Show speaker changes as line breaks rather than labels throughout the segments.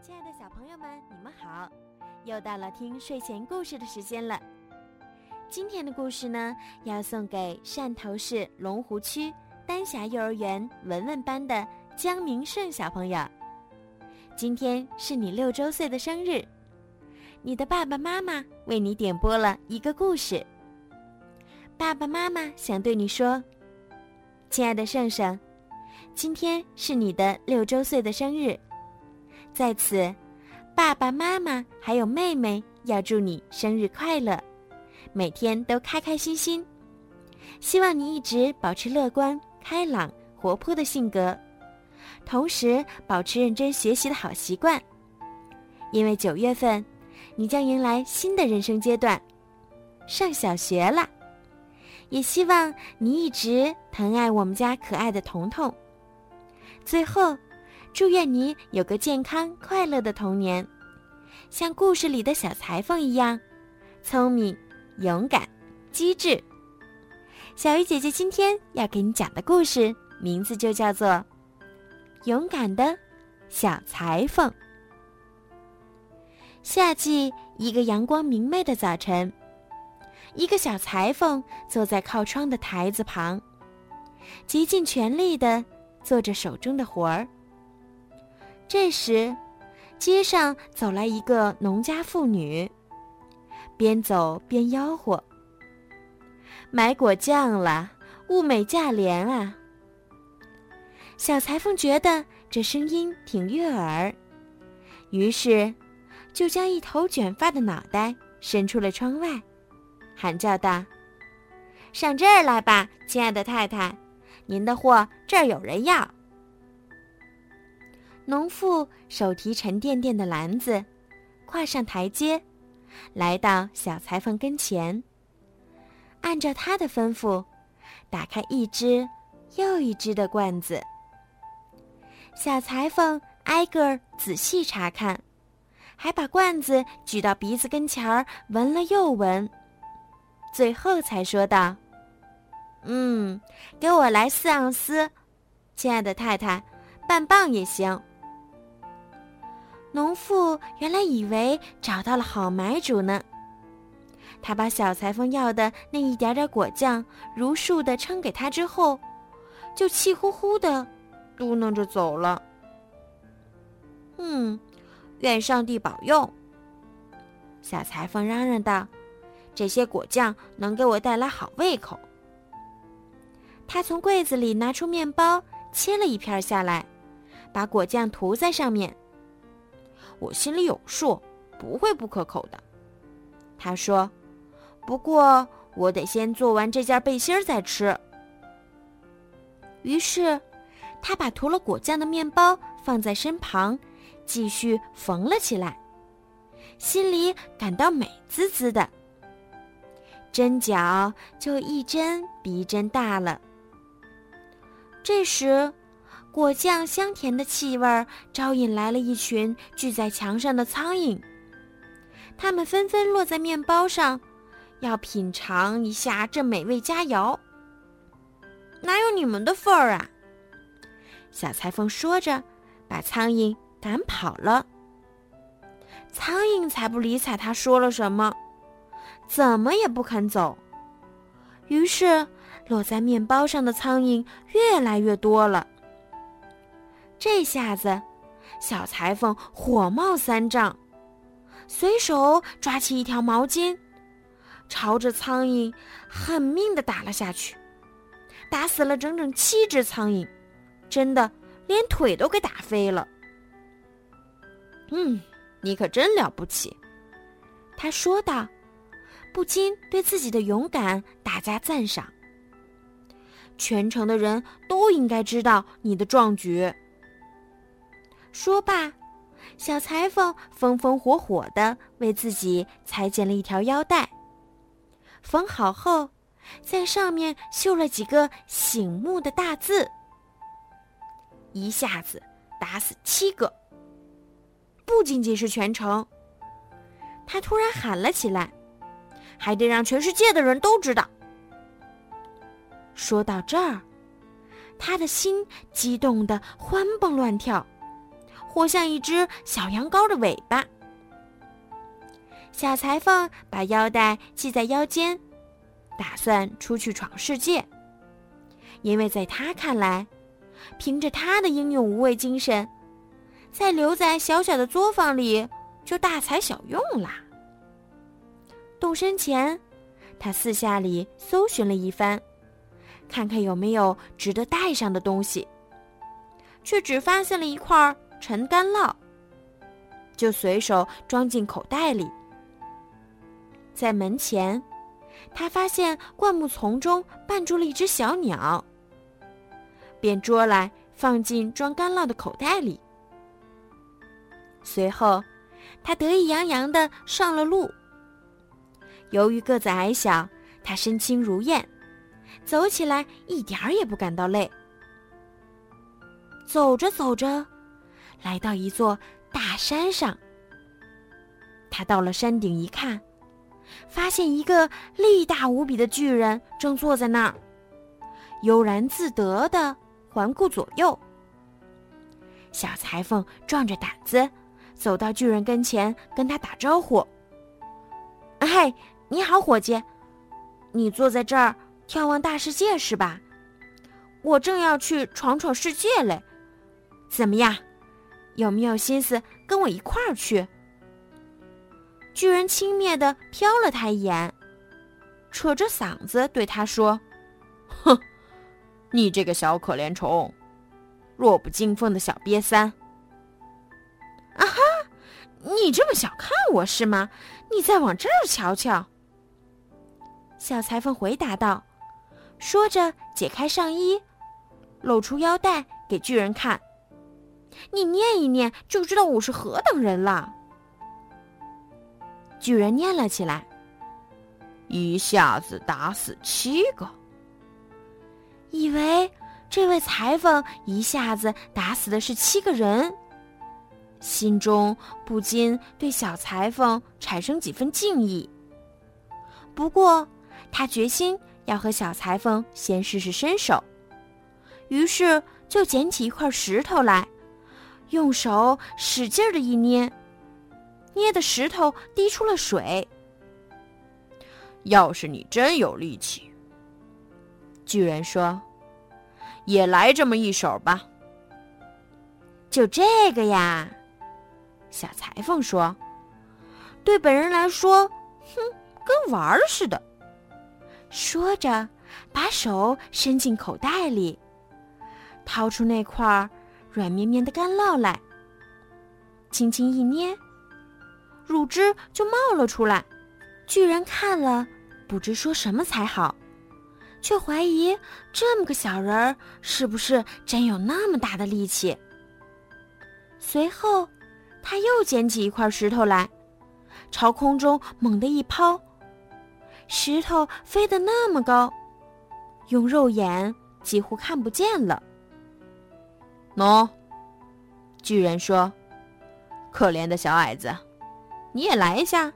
亲爱的小朋友们，你们好！又到了听睡前故事的时间了。今天的故事呢，要送给汕头市龙湖区丹霞幼儿园文文班的江明胜小朋友。今天是你6周岁的生日，你的爸爸妈妈为你点播了一个故事。爸爸妈妈想对你说，亲爱的胜胜，今天是你的6周岁的生日，在此，爸爸妈妈还有妹妹要祝你生日快乐，每天都开开心心。希望你一直保持乐观、开朗、活泼的性格，同时保持认真学习的好习惯。因为9月份，你将迎来新的人生阶段，上小学了。也希望你一直疼爱我们家可爱的彤彤。最后，祝愿你有个健康快乐的童年，像故事里的小裁缝一样，聪明、勇敢、机智。小鱼姐姐今天要给你讲的故事名字就叫做《勇敢的小裁缝》。夏季一个阳光明媚的早晨，一个小裁缝坐在靠窗的台子旁，竭尽全力地做着手中的活儿。这时，街上走来一个农家妇女，边走边吆喝：“买果酱了，物美价廉啊！”小裁缝觉得这声音挺悦耳，于是就将一头卷发的脑袋伸出了窗外，喊叫道：“上这儿来吧，亲爱的太太，您的货这儿有人要。”农妇手提沉甸甸的篮子，跨上台阶，来到小裁缝跟前，按照他的吩咐，打开一只又一只的罐子。小裁缝挨个儿仔细查看，还把罐子举到鼻子跟前儿闻了又闻，最后才说道：“给我来4盎司，亲爱的太太，半磅也行。”农妇原来以为找到了好买主呢，他把小裁缝要的那一点点果酱如数地称给他之后，就气呼呼地嘟囔着走了。愿上帝保佑。小裁缝嚷嚷道：“这些果酱能给我带来好胃口。”他从柜子里拿出面包，切了一片下来，把果酱涂在上面。我心里有数，不会不可口的，他说。不过我得先做完这件背心再吃。于是，他把涂了果酱的面包放在身旁，继续缝了起来，心里感到美滋滋的。针脚就一针比一针大了。这时，果酱香甜的气味招引来了一群聚在墙上的苍蝇，它们纷纷落在面包上，要品尝一下这美味佳肴。哪有你们的份儿啊？小裁缝说着，把苍蝇赶跑了。苍蝇才不理睬他说了什么，怎么也不肯走。于是，落在面包上的苍蝇越来越多了。这下子，小裁缝火冒三丈，随手抓起一条毛巾，朝着苍蝇狠命地打了下去，打死了整整7只苍蝇，真的连腿都给打飞了。你可真了不起，他说道，不禁对自己的勇敢大加赞赏。全城的人都应该知道你的壮举。说罢，小裁缝风风火火地为自己裁剪了一条腰带，缝好后，在上面绣了几个醒目的大字，一下子打死7个。不仅仅是全城，他突然喊了起来，还得让全世界的人都知道。说到这儿，他的心激动得欢蹦乱跳， 活像一只小羊羔的尾巴。小裁缝把腰带系在腰间，打算出去闯世界。因为在他看来，凭着他的英勇无畏精神，再留在小小的作坊里就大材小用啦。动身前，他四下里搜寻了一番，看看有没有值得带上的东西，却只发现了一块陈干酪，就随手装进口袋里。在门前，他发现灌木丛中绊住了一只小鸟，便捉来放进装干酪的口袋里。随后，他得意洋洋地上了路。由于个子矮小，他身轻如燕，走起来一点儿也不感到累。走着走着，来到一座大山上。他到了山顶一看，发现一个力大无比的巨人正坐在那儿，悠然自得地环顾左右。小裁缝壮着胆子走到巨人跟前，跟他打招呼：“嘿，你好，伙计，你坐在这儿眺望大世界是吧？我正要去闯闯世界嘞，怎么样？有没有心思跟我一块儿去？”巨人轻蔑地瞟了他一眼，扯着嗓子对他说：“哼，你这个小可怜虫，弱不禁风的小瘪三！啊哈，你这么小看我是吗？你再往这儿瞧瞧。”小裁缝回答道，说着解开上衣，露出腰带给巨人看：“你念一念就知道我是何等人了。”巨人念了起来：“一下子打死7个。”以为这位裁缝一下子打死的是7个人，心中不禁对小裁缝产生几分敬意。不过他决心要和小裁缝先试试身手，于是就捡起一块石头来，用手使劲地一捏，捏的石头滴出了水。“要是你真有力气，”巨人说，“也来这么一手吧。”“就这个呀？”小裁缝说，“对本人来说，跟玩儿似的。”说着，把手伸进口袋里，掏出那块软绵绵的干酪来，轻轻一捏，乳汁就冒了出来。巨人看了，不知说什么才好，却怀疑这么个小人儿是不是真有那么大的力气。随后，他又捡起一块石头来，朝空中猛地一抛，石头飞得那么高，用肉眼几乎看不见了。“喏，”巨人说，“可怜的小矮子，你也来一下。”“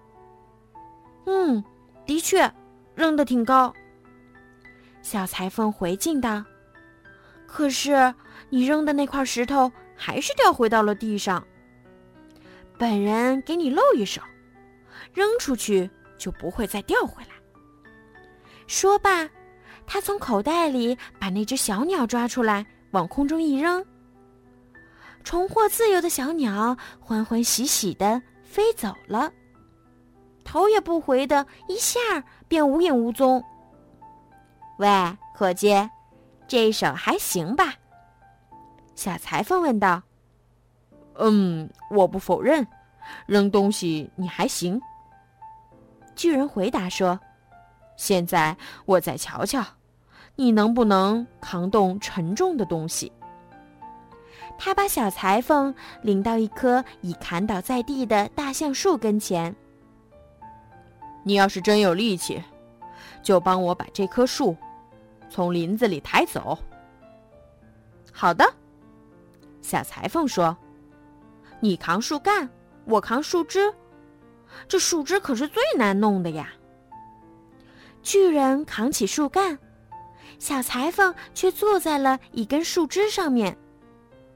的确，扔得挺高。”小裁缝回敬道，“可是你扔的那块石头还是掉回到了地上。本人给你露一手，扔出去就不会再掉回来。”说罢，他从口袋里把那只小鸟抓出来，往空中一扔。重获自由的小鸟欢欢喜喜地飞走了，头也不回的一下便无影无踪。“喂，伙计，这一手还行吧？”小裁缝问道。“我不否认，扔东西你还行。”巨人回答说，“现在我再瞧瞧，你能不能扛动沉重的东西。”他把小裁缝领到一棵已砍倒在地的大橡树跟前。“你要是真有力气，就帮我把这棵树从林子里抬走。”“好的。”小裁缝说，“你扛树干，我扛树枝，这树枝可是最难弄的呀。”巨人扛起树干，小裁缝却坐在了一根树枝上面。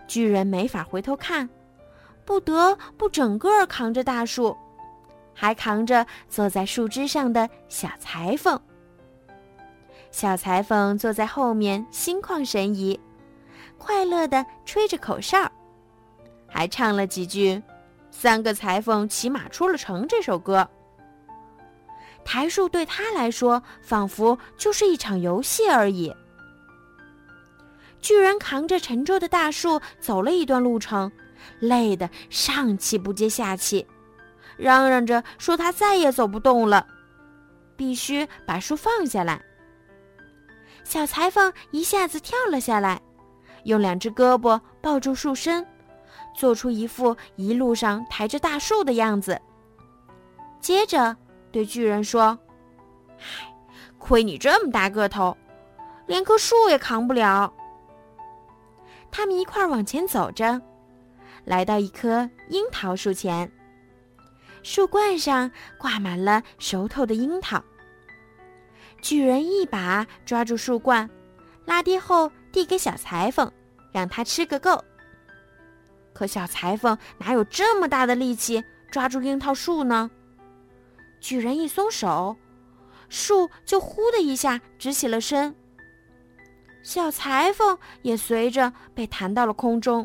巨人没法回头看，不得不整个扛着大树，还扛着坐在树枝上的小裁缝。小裁缝坐在后面，心旷神怡，快乐地吹着口哨，还唱了几句3个裁缝骑马出了城这首歌。抬树对他来说仿佛就是一场游戏而已。巨人扛着沉重的大树走了一段路程，累得上气不接下气，嚷嚷着说他再也走不动了，必须把树放下来。小裁缝一下子跳了下来，用2只胳膊抱住树身，做出一副一路上抬着大树的样子。接着对巨人说：“唉，亏你这么大个头，连棵树也扛不了。”他们一块往前走着，来到一棵樱桃树前。树冠上挂满了熟透的樱桃。巨人一把抓住树冠，拉低后递给小裁缝，让他吃个够。可小裁缝哪有这么大的力气抓住樱桃树呢？巨人一松手，树就呼的一下直起了身，小裁缝也随着被弹到了空中。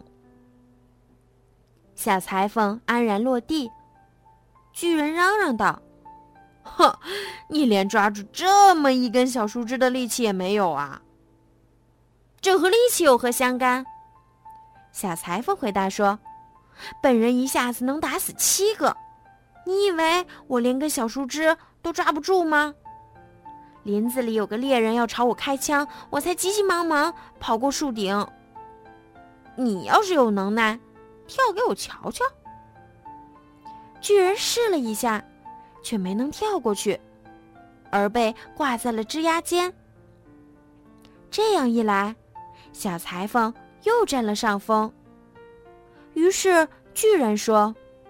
小裁缝安然落地。巨人嚷嚷道：“哼，你连抓住这么一根小树枝的力气也没有啊！”“这和力气有何相干？”小裁缝回答说：“本人一下子能打死7个，你以为我连根小树枝都抓不住吗？林子里有个猎人要朝我开枪，我才急急忙忙跑过树顶。你要是有能耐，跳给我瞧瞧。”巨人试了一下，却没能跳过去，而被挂在了枝桠间。这样一来，小裁缝又占了上风。于是巨人说：“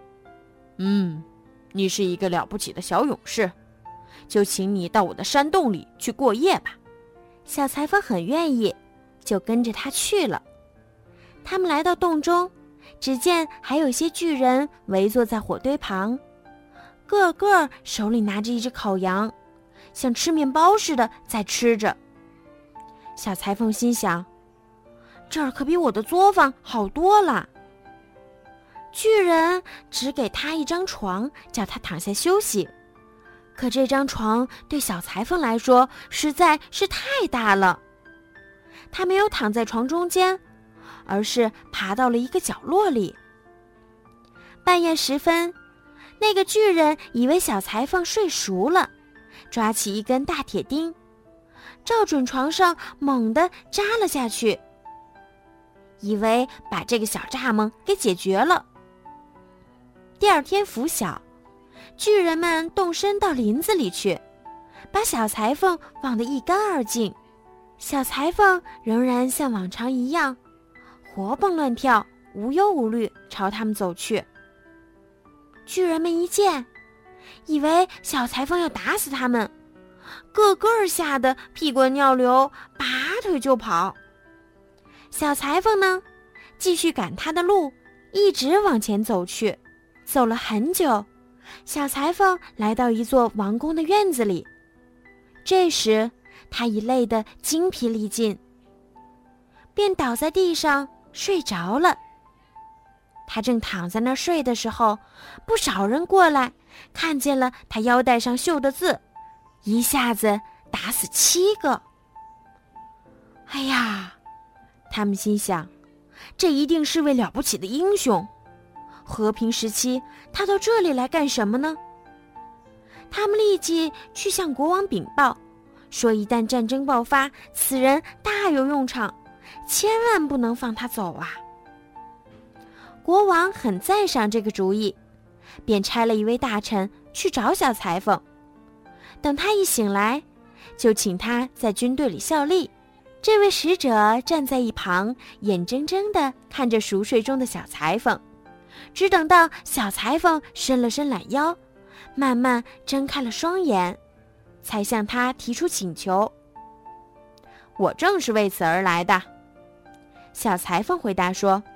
你是一个了不起的小勇士，就请你到我的山洞里去过夜吧。”小裁缝很愿意，就跟着他去了。他们来到洞中，只见还有些巨人围坐在火堆旁，个个手里拿着一只烤羊，像吃面包似的在吃着。小裁缝心想，这儿可比我的作坊好多了。巨人只给他一张床，叫他躺下休息。可这张床对小裁缝来说实在是太大了。他没有躺在床中间，而是爬到了一个角落里。半夜时分，那个巨人以为小裁缝睡熟了，抓起一根大铁钉，照准床上猛地扎了下去，以为把这个小蚱蜢给解决了。第二天拂晓，巨人们动身到林子里去，把小裁缝忘得一干二净。小裁缝仍然像往常一样活蹦乱跳，无忧无虑朝他们走去。巨人们一见，以为小裁缝要打死他们，个个吓得屁滚尿流，拔腿就跑。小裁缝呢，继续赶他的路，一直往前走去。走了很久，小裁缝来到一座王宫的院子里。这时他已累得精疲力尽，便倒在地上睡着了。他正躺在那儿睡的时候，不少人过来，看见了他腰带上绣的字，一下子打死7个。哎呀，他们心想，这一定是位了不起的英雄。和平时期，他到这里来干什么呢？他们立即去向国王禀报，说一旦战争爆发，此人大有用场，千万不能放他走啊！国王很赞赏这个主意，便差了一位大臣去找小裁缝。等他一醒来，就请他在军队里效力。这位使者站在一旁，眼睁睁地看着熟睡中的小裁缝，只等到小裁缝伸了伸懒腰，慢慢睁开了双眼，才向他提出请求。我正是为此而来的。小裁缝回答说，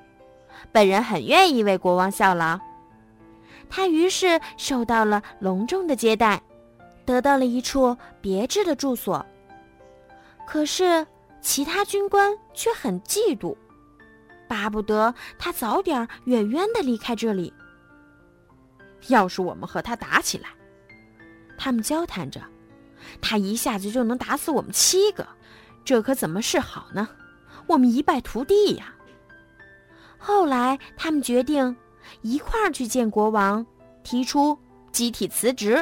本人很愿意为国王效劳。他于是受到了隆重的接待，得到了一处别致的住所。可是其他军官却很嫉妒，巴不得他早点远远地离开这里。要是我们和他打起来，他们交谈着，他一下子就能打死我们7个，这可怎么是好呢？我们一败涂地呀！后来他们决定一块儿去见国王，提出集体辞职。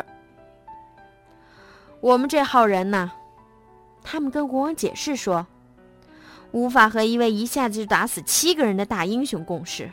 我们这号人呢，他们跟国王解释说，无法和一位一下子就打死7个人的大英雄共事。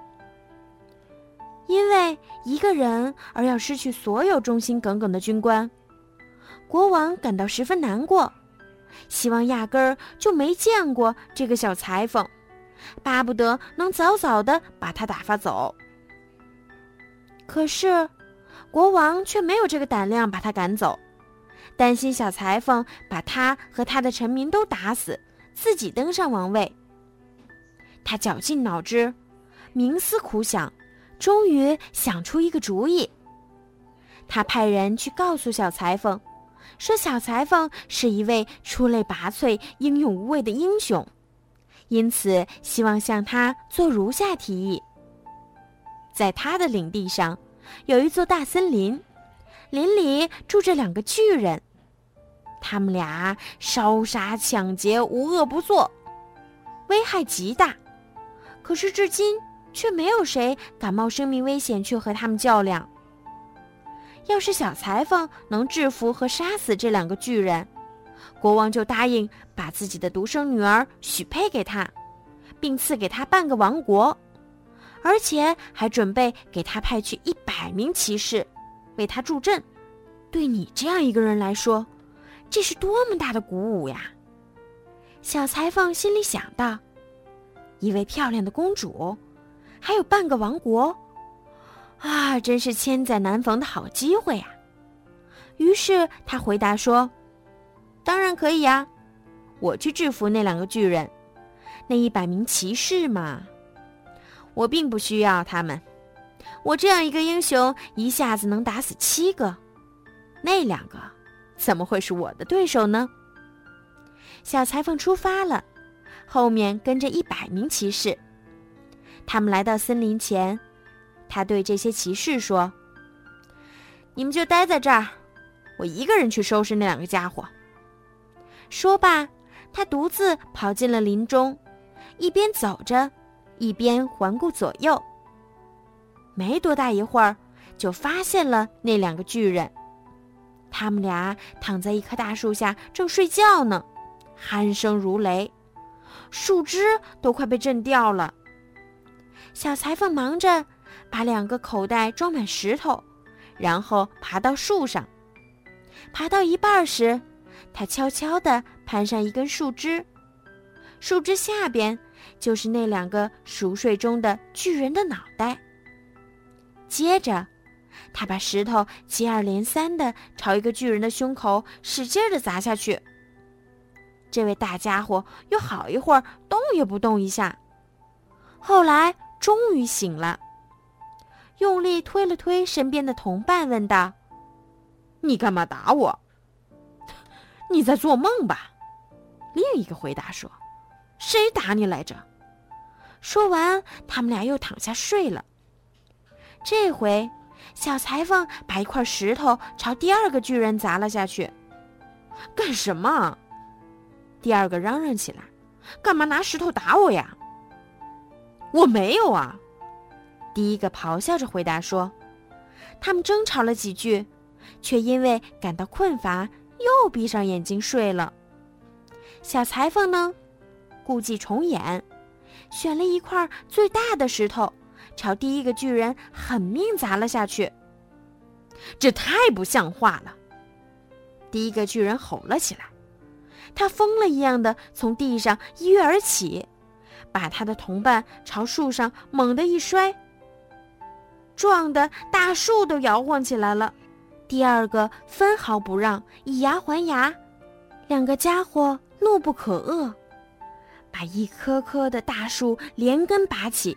因为一个人而要失去所有忠心耿耿的军官，国王感到十分难过，希望压根儿就没见过这个小裁缝，巴不得能早早地把他打发走。可是国王却没有这个胆量把他赶走，担心小裁缝把他和他的臣民都打死，自己登上王位。他绞尽脑汁，冥思苦想，终于想出一个主意。他派人去告诉小裁缝，说小裁缝是一位出类拔萃、英勇无畏的英雄，因此希望向他做如下提议。在他的领地上有一座大森林，林里住着2个巨人，他们俩烧杀抢劫，无恶不作，危害极大。可是至今却没有谁敢冒生命危险去和他们较量。要是小裁缝能制服和杀死这2个巨人，国王就答应把自己的独生女儿许配给他，并赐给他半个王国，而且还准备给他派去100名骑士为他助阵。对你这样一个人来说，这是多么大的鼓舞呀！小裁缝心里想到，一位漂亮的公主，还有半个王国啊，真是千载难逢的好机会啊！于是他回答说，当然可以呀，我去制服那2个巨人，那100名骑士嘛，我并不需要他们，我这样一个英雄一下子能打死7个，那2个怎么会是我的对手呢？小裁缝出发了，后面跟着100名骑士。他们来到森林前，他对这些骑士说，你们就待在这儿，我一个人去收拾那2个家伙。说罢，他独自跑进了林中，一边走着，一边环顾左右。没多大一会儿，就发现了那2个巨人，他们俩躺在一棵大树下正睡觉呢，鼾声如雷，树枝都快被震掉了。小裁缝忙着把2个口袋装满石头，然后爬到树上。爬到一半时，他悄悄地攀上一根树枝，树枝下边就是那2个熟睡中的巨人的脑袋。接着他把石头接二连三地朝一个巨人的胸口使劲地砸下去。这位大家伙有好一会儿动也不动一下，后来终于醒了，用力推了推身边的同伴，问道，你干嘛打我？你在做梦吧？另一个回答说，谁打你来着？说完，他们俩又躺下睡了。这回小裁缝把一块石头朝第2个巨人砸了下去。干什么？第2个嚷嚷起来，干嘛拿石头打我呀？我没有啊！第1个咆哮着回答说。他们争吵了几句，却因为感到困乏，又闭上眼睛睡了。小裁缝呢，故伎重演，选了一块最大的石头，朝第1个巨人狠命砸了下去。这太不像话了！第1个巨人吼了起来，他疯了一样的从地上一跃而起，把他的同伴朝树上猛地一摔，撞得大树都摇晃起来了。第2个分毫不让，以牙还牙，2个家伙怒不可遏，把一棵棵的大树连根拔起，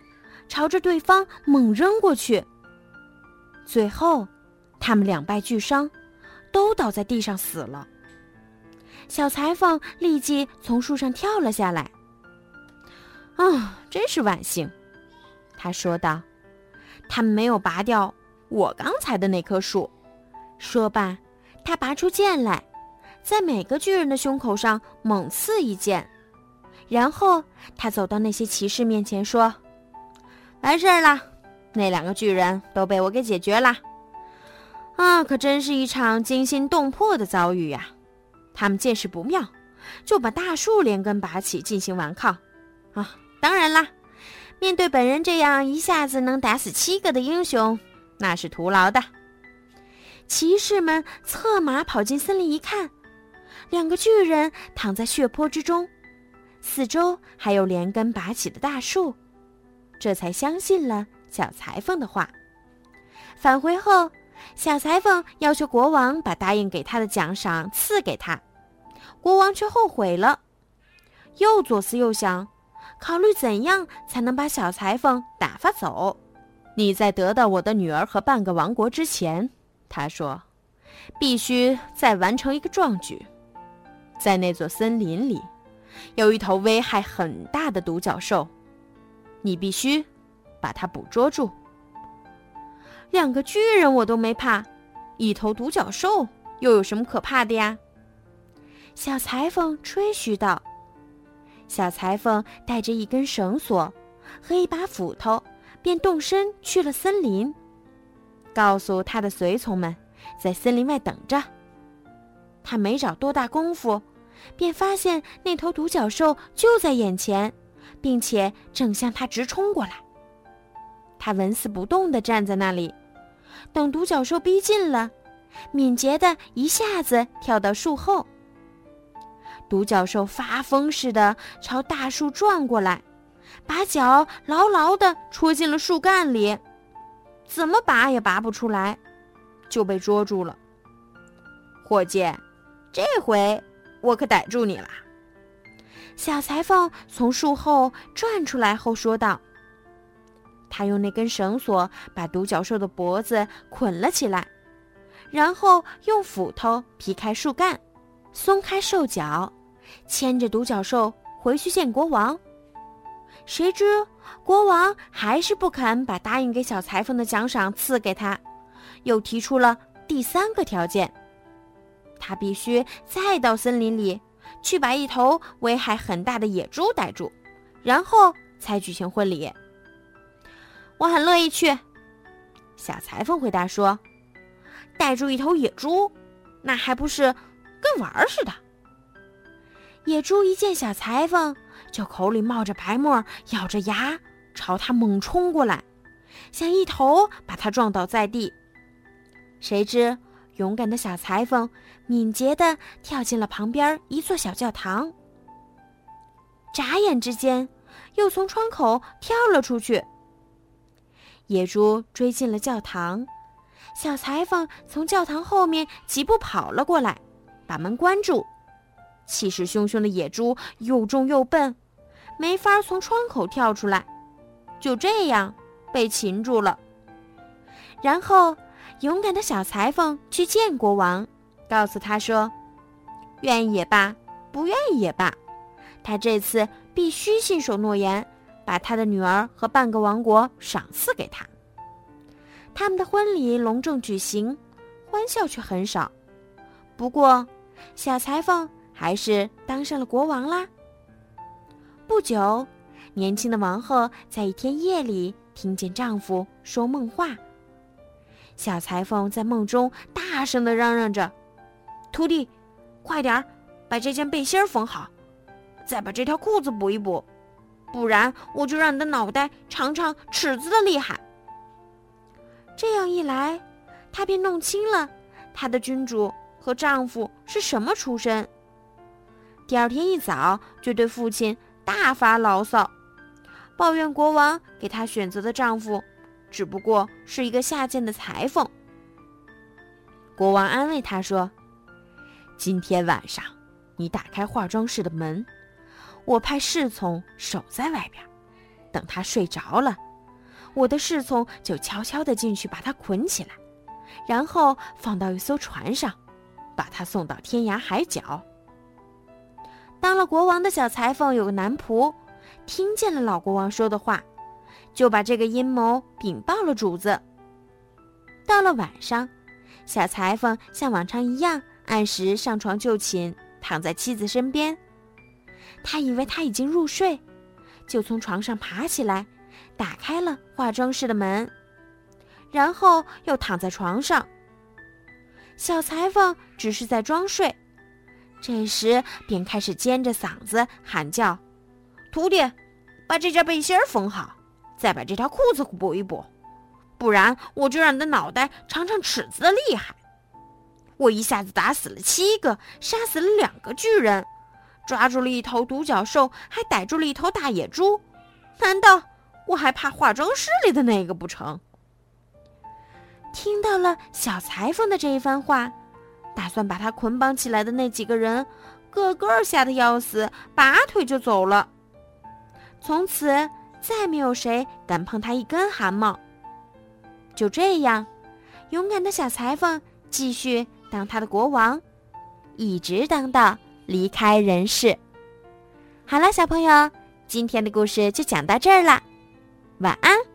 朝着对方猛扔过去。最后，他们两败俱伤，都倒在地上死了。小裁缝立即从树上跳了下来。真是万幸，他说道。他们没有拔掉我刚才的那棵树。说罢，他拔出剑来，在每个巨人的胸口上猛刺一剑。然后他走到那些骑士面前说：完事儿了，那两个巨人都被我给解决了。可真是一场惊心动魄的遭遇呀！他们见势不妙，就把大树连根拔起进行顽抗。当然啦，面对本人这样一下子能打死7个的英雄，那是徒劳的。骑士们策马跑进森林一看，两个巨人躺在血泊之中，四周还有连根拔起的大树，这才相信了小裁缝的话。返回后，小裁缝要求国王把答应给他的奖赏赐给他，国王却后悔了，又左思右想，考虑怎样才能把小裁缝打发走。你在得到我的女儿和半个王国之前，他说，必须再完成一个壮举。在那座森林里，有一头危害很大的独角兽，你必须把它捕捉住。两个巨人我都没怕，一头独角兽又有什么可怕的呀？小裁缝吹嘘道。小裁缝带着一根绳索和一把斧头，便动身去了森林，告诉他的随从们在森林外等着。他没找多大功夫，便发现那头独角兽就在眼前，并且正向他直冲过来。他纹丝不动地站在那里，等独角兽逼近了，敏捷地一下子跳到树后。独角兽发疯似的朝大树撞过来，把脚牢牢地戳进了树干里，怎么拔也拔不出来，就被捉住了。伙计，这回我可逮住你了。小裁缝从树后转出来后说道。他用那根绳索把独角兽的脖子捆了起来，然后用斧头劈开树干，松开兽脚，牵着独角兽回去见国王。谁知国王还是不肯把答应给小裁缝的奖赏赐给他，又提出了第3个条件，他必须再到森林里去把一头危害很大的野猪逮住，然后才举行婚礼。我很乐意去，小裁缝回答说，逮住一头野猪，那还不是跟玩似的。野猪一见小裁缝，就口里冒着白沫，咬着牙朝他猛冲过来，想一头把他撞倒在地。谁知勇敢的小裁缝敏捷地跳进了旁边一座小教堂，眨眼之间又从窗口跳了出去。野猪追进了教堂，小裁缝从教堂后面疾步跑了过来，把门关住。气势汹汹的野猪又重又笨，没法从窗口跳出来，就这样被擒住了。然后勇敢的小裁缝去见国王，告诉他说，愿意也罢，不愿意也罢，他这次必须信守诺言，把他的女儿和半个王国赏赐给他。他们的婚礼隆重举行，欢笑却很少。不过小裁缝还是当上了国王啦。不久，年轻的王后在一天夜里听见丈夫说梦话。小裁缝在梦中大声地嚷嚷着，徒弟，快点把这件背心缝好，再把这条裤子补一补，不然我就让你的脑袋尝尝尺子的厉害。这样一来，她便弄清了她的君主和丈夫是什么出身。第二天一早就对父亲大发牢骚，抱怨国王给她选择的丈夫只不过是一个下贱的裁缝。国王安慰她说，今天晚上你打开化妆室的门，我派侍从守在外边，等他睡着了， 我的侍从就悄悄地进去把他捆起来，然后放到一艘船上，把他送到天涯海角。当了国王的小裁缝有个男仆，听见了老国王说的话，就把这个阴谋禀报了主子。到了晚上，小裁缝像往常一样按时上床就寝，躺在妻子身边。他以为他已经入睡，就从床上爬起来，打开了化妆室的门，然后又躺在床上。小裁缝只是在装睡，这时便开始尖着嗓子喊叫：“徒弟，把这件背心缝好，再把这条裤子补一补，不然我就让你的脑袋尝尝尺子的厉害。我一下子打死了7个，杀死了2个巨人，抓住了1头独角兽，还逮住了1头大野猪，难道我还怕化妆室里的那个不成？”听到了小裁缝的这一番话，打算把他捆绑起来的那几个人个个吓得要死，拔腿就走了。从此再没有谁敢碰他一根汗毛。就这样，勇敢的小裁缝继续当他的国王，一直当到离开人世。好了，小朋友，今天的故事就讲到这儿了，晚安。